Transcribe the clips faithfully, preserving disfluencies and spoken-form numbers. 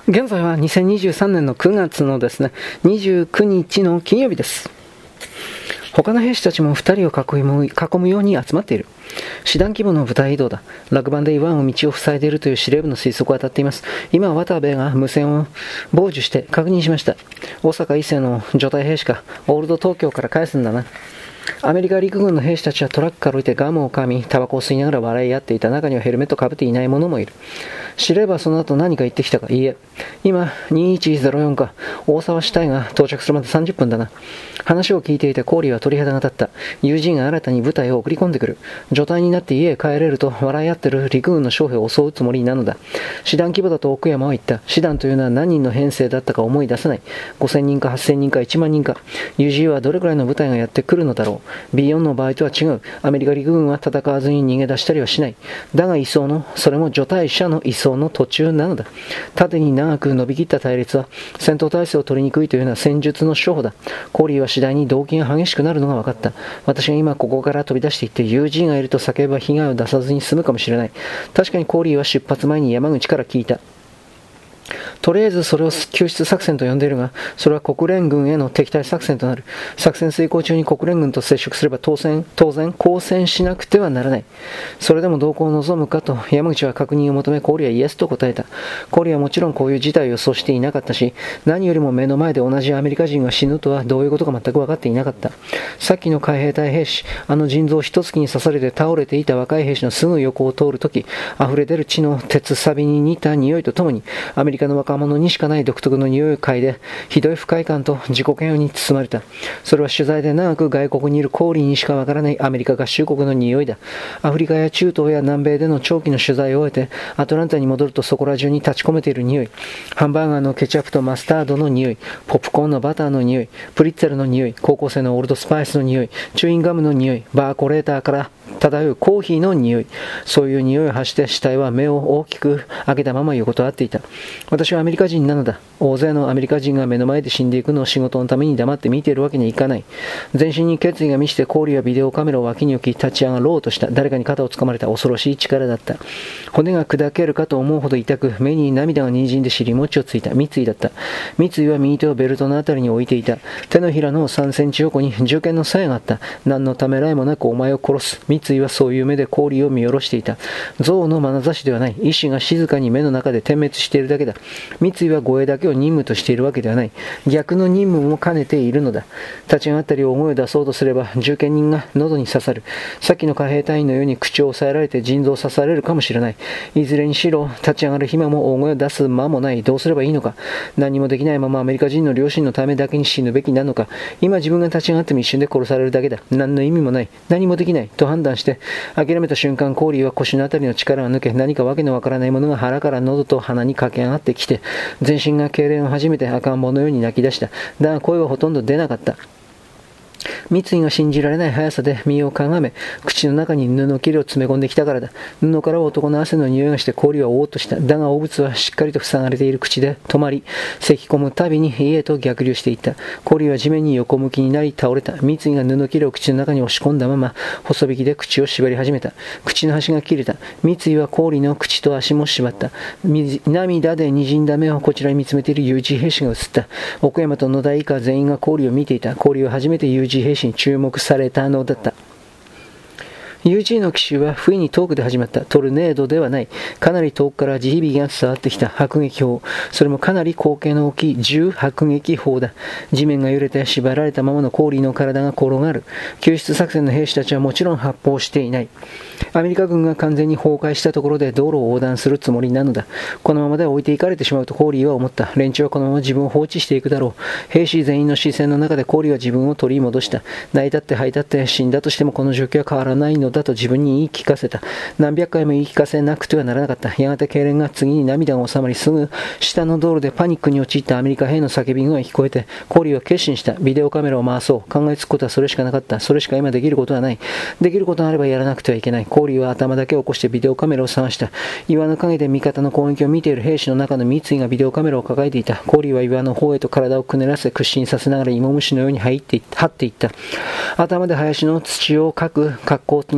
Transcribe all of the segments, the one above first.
現在はにせんにじゅうさんねんのくがつのですね、にじゅうくにちの金曜日です。他の兵士たちもふたりを囲む、囲むように集まっている。師団規模の部隊移動だ。落盤でイワンを道を塞いでいるという司令部の推測を当たっています。今、渡部が無線を傍受して確認しました。大阪一世の除隊兵士か、オールド東京から返すんだな。アメリカ陸軍の兵士たちはトラックから降りてガムを噛み、タバコを吸いながら笑い合っていた。中にはヘルメットをかぶっていない者もいる。司令部はその後何か言ってきたか。いいえ。今、にいちゼロよんか。大沢支隊が到着するまでさんじゅっぷんだな。話を聞いていてコーリーは鳥肌が立った。友人が新たに部隊を送り込んでくる。除隊になって家へ帰れると笑い合ってる陸軍の将兵を襲うつもりなのだ。師団規模だと奥山は言った。師団というのは何人の編成だったか思い出せない。ごせんにんかはっせんにんかいちまんにんか。ユージーはどれくらいの部隊がやってくるのだろう。ビーよん の場合とは違う。アメリカ陸軍は戦わずに逃げ出したりはしない。だが移送の、それも除隊者の移送の途中なのだ。縦に長く伸びきった対立は戦闘態勢を取りにくいというのは戦術の処方だ。コーリーは次第に動機が激しくなるのが分かった。私が今ここから飛び出していって友人がいると叫べば被害を出さずに済むかもしれない。確かにコーリーは出発前に山口から聞いた。とりあえずそれを救出作戦と呼んでいるが、それは国連軍への敵対作戦となる。作戦遂行中に国連軍と接触すれば当然、当然交戦しなくてはならない。それでも同行を望むかと山口は確認を求め、コーリーはイエスと答えた。コーリーはもちろんこういう事態を予想していなかったし、何よりも目の前で同じアメリカ人が死ぬとはどういうことか全く分かっていなかった。さっきの海兵隊兵士、あの腎臓一突きに刺されて倒れていた若い兵士のすぐ横を通るとき、溢れ出る血の鉄錆に似た匂いとともに、アメリカの若者にしかない独特の匂いを嗅いで、ひどい不快感と自己嫌悪に包まれた。それは取材で長く外国にいるコーリーにしかわからないアメリカ合衆国の匂いだ。アフリカや中東や南米での長期の取材を終えて、アトランタに戻るとそこら中に立ち込めている匂い。ハンバーガーのケチャップとマスタードの匂い、ポップコーンのバターの匂い、プリッツェルの匂い、高校生のオールドスパイスの匂い、チューインガムの匂い、バーコレーターから漂うコーヒーの匂い。そういう匂いを発して死体は目を大きく開けたまま横たわっていた。私はアメリカ人なのだ。大勢のアメリカ人が目の前で死んでいくのを仕事のために黙って見ているわけにはいかない。全身に決意が満ちてコーリーはビデオカメラを脇に置き立ち上がろうとした。誰かに肩をつかまれた恐ろしい力だった。骨が砕けるかと思うほど痛く、目に涙が滲んで尻餅をついた。三井だった。三井は右手をベルトのあたりに置いていた。手のひらのさんセンチ横に銃剣の鞘があった。何のためらいもなくお前を殺す。三井はそういう目でコーリーを見下ろしていた。象の眼差しではない。意志が静かに目の中で点滅しているだけだ。三井は護衛だけを任務としているわけではない。逆の任務も兼ねているのだ。立ち上がったり大声を出そうとすれば銃剣人が喉に刺さる。さっきの海兵隊員のように口を押さえられて腎臓を刺されるかもしれない。いずれにしろ立ち上がる暇も大声を出す間もない。どうすればいいのか。何もできないままアメリカ人の両親のためだけに死ぬべきなのか。今自分が立ち上がっても一瞬で殺されるだけだ。何の意味もない。何もできないと判断して諦めた瞬間、コーリーは腰のあたりの力が抜け、何かわけのわからないものが腹から喉と鼻に駆け上がってきて、全身が痙攣を始めて赤ん坊のように泣き出した。だが声はほとんど出なかった。三井が信じられない速さで身をかがめ、口の中に布切れを詰め込んできたからだ。布からは男の汗の匂いがして氷はおーっとした。だが汚物はしっかりと塞がれている口で止まり、咳き込むたびに家へと逆流していった。氷は地面に横向きになり倒れた。三井が布切れを口の中に押し込んだまま、細引きで口を縛り始めた。口の端が切れた。三井は氷の口と足も縛った。涙で滲んだ目をこちらに見つめている有事兵士が映った。奥山と野田以下全員が氷を見ていた。氷は初めて有事兵士に注目されたのだった。ユージー の奇襲は不意に遠くで始まった。トルネードではない。かなり遠くから地響きが伝わってきた迫撃砲。それもかなり口径の大きい銃迫撃砲だ。地面が揺れて縛られたままのコーリーの体が転がる。救出作戦の兵士たちはもちろん発砲していない。アメリカ軍が完全に崩壊したところで道路を横断するつもりなのだ。このままで置いていかれてしまうとコーリーは思った。連中はこのまま自分を放置していくだろう。兵士全員の視線の中でコーリーは自分を取り戻した。泣いたって吐いたって死んだとしてもこの状況は変わらないのだと自分に言い聞かせた。何百回も言い聞かせなくてはならなかった。やがて痙攣が次に涙が収まり、すぐ下の道路でパニックに陥ったアメリカ兵の叫び声が聞こえて、コーリーは決心した。ビデオカメラを回そう。考えつくことはそれしかなかった。それしか今できることはない。できることがあればやらなくてはいけない。コーリーは頭だけを起こしてビデオカメラを探した。岩の陰で味方の攻撃を見ている兵士の中の三井がビデオカメラを抱えていた。コーリーは岩の方へと体をくねらせ屈伸させながら芋虫のように入っていった張っていった。頭で林の土をかく格好に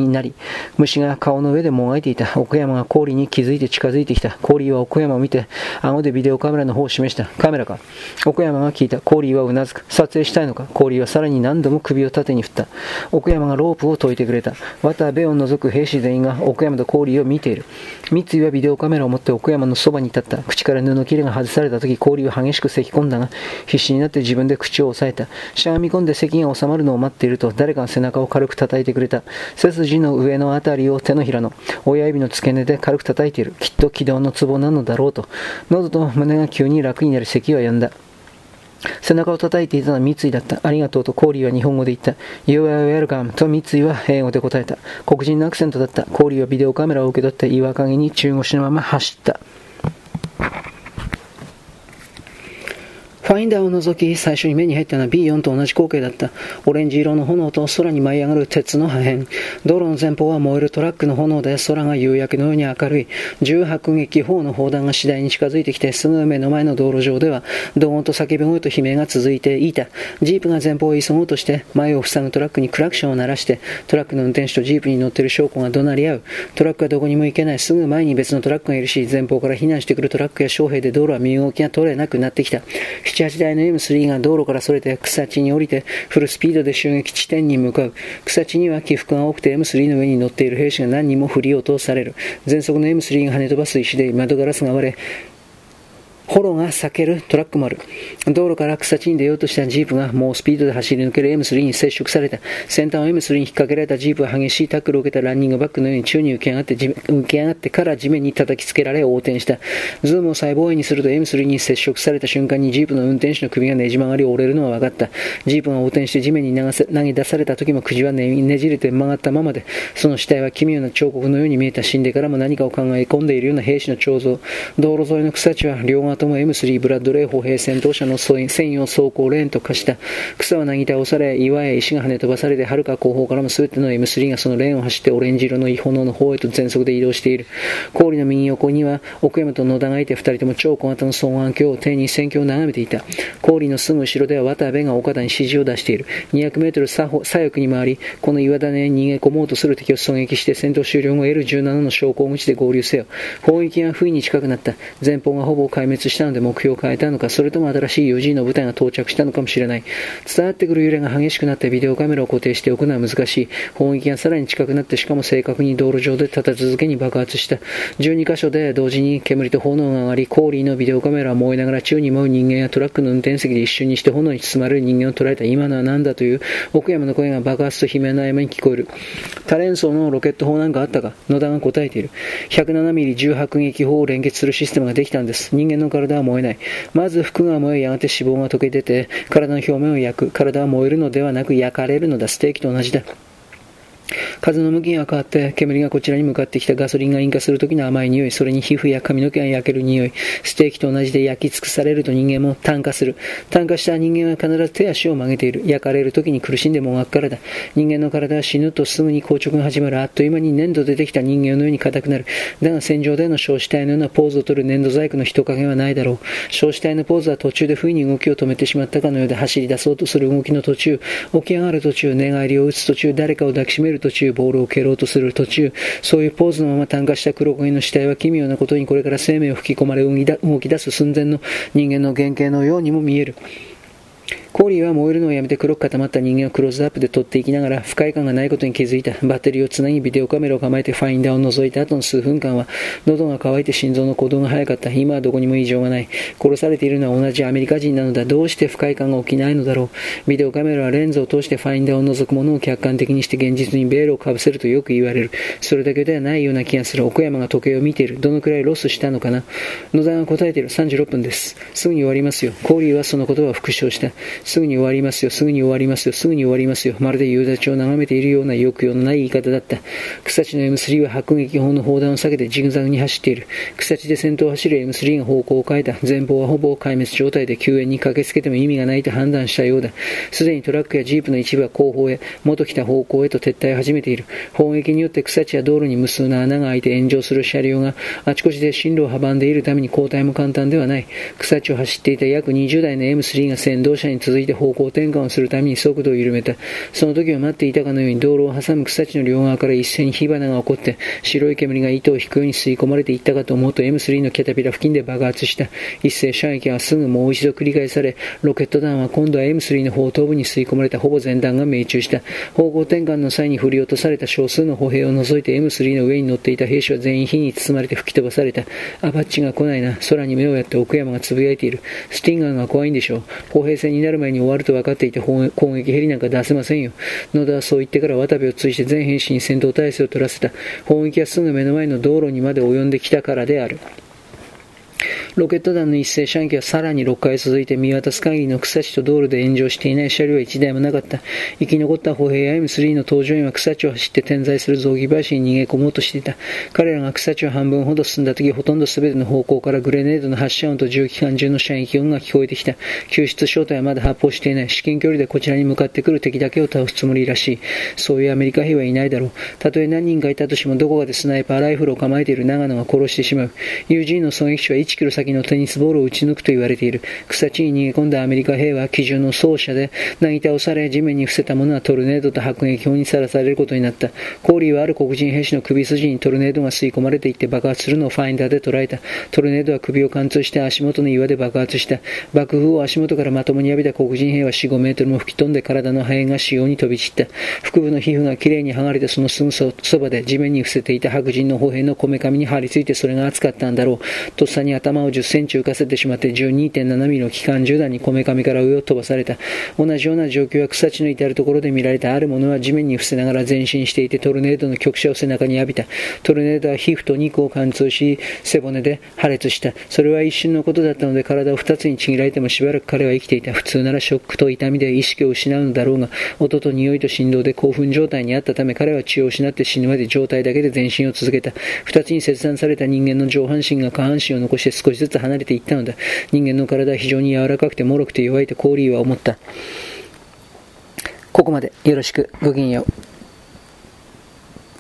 になり、虫が顔の上でもがいていた。奥山がコーリーに気づいて近づいてきた。コーリーは奥山を見て、顎でビデオカメラの方を示した。カメラか。奥山が聞いた。コーリーはうなずく。撮影したいのか。コーリーはさらに何度も首を縦に振った。奥山がロープを解いてくれた。渡部を除く兵士全員が奥山とコーリーを見ている。三井はビデオカメラを持って奥山のそばに立った。口から布切れが外された時、コーリーは激しく咳き込んだが、必死になって自分で口を押さえた。しゃがみ込んで咳が収まるのを待っていると、誰かが背中を軽く叩いてくれた。背筋の上のあたりを手のひらの親指の付け根で軽く叩いている。きっと気道のツボなのだろうと。喉と胸が急に楽になり咳は止んだ。背中を叩いていたのは三井だった。ありがとうとコーリーは日本語で言った。You are welcome と三井は英語で答えた。黒人のアクセントだった。コーリーはビデオカメラを受け取って岩陰に中腰のまま走った。ファインダーを除き、最初に目に入ったのは ビーよん と同じ光景だった。オレンジ色の炎と空に舞い上がる鉄の破片。道路の前方は燃えるトラックの炎で空が夕焼けのように明るい。重迫撃砲の砲弾が次第に近づいてきて、すぐ目の前の道路上では、怒音と叫び声と悲鳴が続いていた。ジープが前方を急ごうとして、前を塞ぐトラックにクラクションを鳴らして、トラックの運転手とジープに乗っている証拠が怒鳴り合う。トラックはどこにも行けない。すぐ前に別のトラックがいるし、前方から避難してくるトラックや将兵で道路は身動きが取れなくなってきた。ななはちだいの エムスリー が道路からそれて草地に降りてフルスピードで襲撃地点に向かう。草地には起伏が多くて エムスリー の上に乗っている兵士が何人も振り落とされる。全速の エムスリー が跳ね飛ばす石で窓ガラスが割れ、炎が裂けるトラックもある。道路から草地に出ようとしたジープが猛スピードで走り抜ける エムスリー に接触された。先端を エムスリー に引っ掛けられたジープは激しいタックルを受けたランニングバックのように宙に浮き上がって浮き上がってから地面に叩きつけられ横転した。ズームを再防衛にすると エムスリー に接触された瞬間にジープの運転手の首がねじ曲がり折れるのは分かった。ジープが横転して地面に投げ出された時も首は ね, ねじれて曲がったままで、その死体は奇妙な彫刻のように見えた。死んでからも何かを考え込んでいるような兵士の彫像。道路沿いの草地は両側とも エムスリー ブラッドレー歩兵戦闘車の専用走行レーンと化した。草はなぎ倒され、岩や石が跳ね飛ばされて、はるか後方からも全ての エムスリー がそのレーンを走ってオレンジ色の炎の方へと全速で移動している。氷の右横には奥山と野田がいて、二人とも超小型の双眼鏡を手に戦況を眺めていた。氷のすぐ後ろでは渡部が岡田に指示を出している。にひゃくメートル左翼に回り、この岩種に逃げ込もうとする敵を狙撃して戦闘終了後 エルじゅうなな の昇降口で合流せよ。砲撃が不意に近くなった。前方がほぼ壊滅したので目標を変えたのか、それとも新しい ユージー の部隊が到着したのかもしれない。伝わってくる揺れが激しくなってビデオカメラを固定しておくのは難しい。砲撃がさらに近くなって、しかも正確に道路上で立て続けに爆発した。じゅうにかしょで同時に煙と炎が上がり、コーリーのビデオカメラは燃えながら宙に舞う人間やトラックの運転席で一瞬にして炎に包まれる人間を捉えた。今のは何だという奥山の声が爆発と悲鳴の合間に聞こえる。多連装のロケット砲なんかあったか。野田が答えている。ひゃくななミリ重迫撃砲を連結するシステムができたんです。人間の体は燃えない。まず服が燃え、やがて脂肪が溶け出て体の表面を焼く。体は燃えるのではなく焼かれるのだ。ステーキと同じだ。風の向きが変わって煙がこちらに向かってきた。ガソリンが引火する時の甘い匂い、それに皮膚や髪の毛が焼ける匂い。ステーキと同じで焼き尽くされると人間も炭化する。炭化した人間は必ず手足を曲げている。焼かれる時に苦しんでもがくからだ。人間の体は死ぬとすぐに硬直が始まる。あっという間に粘土でできた人間のように硬くなる。だが戦場での焼死体のようなポーズを取る粘土細工の人影はないだろう。焼死体のポーズは途中で不意に動きを止めてしまったかのようで、走り出そうとする動きの途中、起き上がる途中、寝返りを打つ途中、誰かを抱きしめる途中、ボールを蹴ろうとする途中、そういうポーズのまま炭化した黒焦げの死体は奇妙なことにこれから生命を吹き込まれ動き出す寸前の人間の原型のようにも見える。コーリーは燃えるのをやめて黒く固まった人間をクローズアップで撮っていきながら不快感がないことに気づいた。バッテリーをつなぎビデオカメラを構えてファインダーを覗いた後の数分間は喉が渇いて心臓の鼓動が速かった。今はどこにも異常がない。殺されているのは同じアメリカ人なのだ。どうして不快感が起きないのだろう。ビデオカメラはレンズを通してファインダーを覗くものを客観的にして現実にベールをかぶせるとよく言われる。それだけではないような気がする。奥山が時計を見ている。どのくらいロスしたのかな。野田が答えている。さんじゅうろっぷんです。すぐに終わりますよ。コーリーはその言葉を復唱した。すぐに終わりますよ。すぐに終わりますよ。すぐに終わりますよ。まるで夕立を眺めているような抑揚のない言い方だった。草地の エムスリー は迫撃砲の砲弾を避けてジグザグに走っている。草地で先頭を走る エムスリー が方向を変えた。前方はほぼ壊滅状態で救援に駆けつけても意味がないと判断したようだ。すでにトラックやジープの一部は後方へ、元来た方向へと撤退を始めている。砲撃によって草地や道路に無数の穴が開いて炎上する車両があちこちで進路を阻んでいるために交代も簡単ではない。草地を走っていた約にじゅうだいの エムスリー が先導車に続続いて方向転換をするために速度を緩めた。その時は待っていたかのように道路を挟む草地の両側から一斉に火花が起こって白い煙が糸を引くように吸い込まれていったかと思うと エムスリー のキャタピラ付近で爆発した。一斉射撃はすぐもう一度繰り返され、ロケット弾は今度は エムスリー の砲頭部に吸い込まれた。ほぼ全弾が命中した。方向転換の際に振り落とされた少数の歩兵を除いて エムスリー の上に乗っていた兵士は全員火に包まれて吹き飛ばされた。アパッチが来ないな。空に目をやって奥山がつぶやいている。スティンガーが怖いんでしょう。歩兵戦になる前に終わると分かっていて攻撃ヘリなんか出せませんよ。野田はそう言ってから渡部を追して全兵士に戦闘態勢を取らせた。砲撃はすぐ目の前の道路にまで及んできたからである。ロケット弾の一斉射撃はさらにろっかい続いて見渡す限りの草地と道路で炎上していない車両はいちだいもなかった。生き残った歩兵や エムスリー の搭乗員は草地を走って点在する雑木林に逃げ込もうとしていた。彼らが草地を半分ほど進んだ時、ほとんど全ての方向からグレネードの発射音と銃機関銃の射撃音が聞こえてきた。救出小隊はまだ発砲していない。至近距離でこちらに向かってくる敵だけを倒すつもりらしい。そういうアメリカ兵はいないだろう。たとえ何人かいたとしてもどこかでスナイパーライフルを構えている長野が殺してしまう。ユージーンの狙撃手はいちキロ先のテニスボールを撃ち抜くと言われている。草地に逃げ込んだアメリカ兵は機銃の走者で、なぎ倒され地面に伏せた者はトルネードと迫撃砲にさらされることになった。コーリーはある黒人兵士の首筋にトルネードが吸い込まれていって爆発するのをファインダーで捉えた。トルネードは首を貫通して足元の岩で爆発した。爆風を足元からまともに浴びた黒人兵は よん、ごメートルも吹き飛んで体の破片が四方に飛び散った。腹部の皮膚がきれいに剥がれてそのすぐそばで地面に伏せていた白人の歩兵のこめかみに張り付いてそれが熱かったんだろう。とっさに頭をじゅっセンチ浮かせてしまって じゅうにてんななミリ の機関銃弾にこめかみから上を飛ばされた。同じような状況は草地の至るところで見られた。ある者は地面に伏せながら前進していてトルネードの局者を背中に浴びた。トルネードは皮膚と肉を貫通し背骨で破裂した。それは一瞬のことだったので体を二つにちぎられてもしばらく彼は生きていた。普通ならショックと痛みで意識を失うのだろうが、音と匂いと振動で興奮状態にあったため彼は血を失って死ぬまで状態だけで前進を続けた。二つに切断された人間の上半身が下半身を残して少しずつ離れていったのだ。人間の体は非常に柔らかくて脆くて弱いとコーリーは思った。ここまでよろしく。ごきげんよう。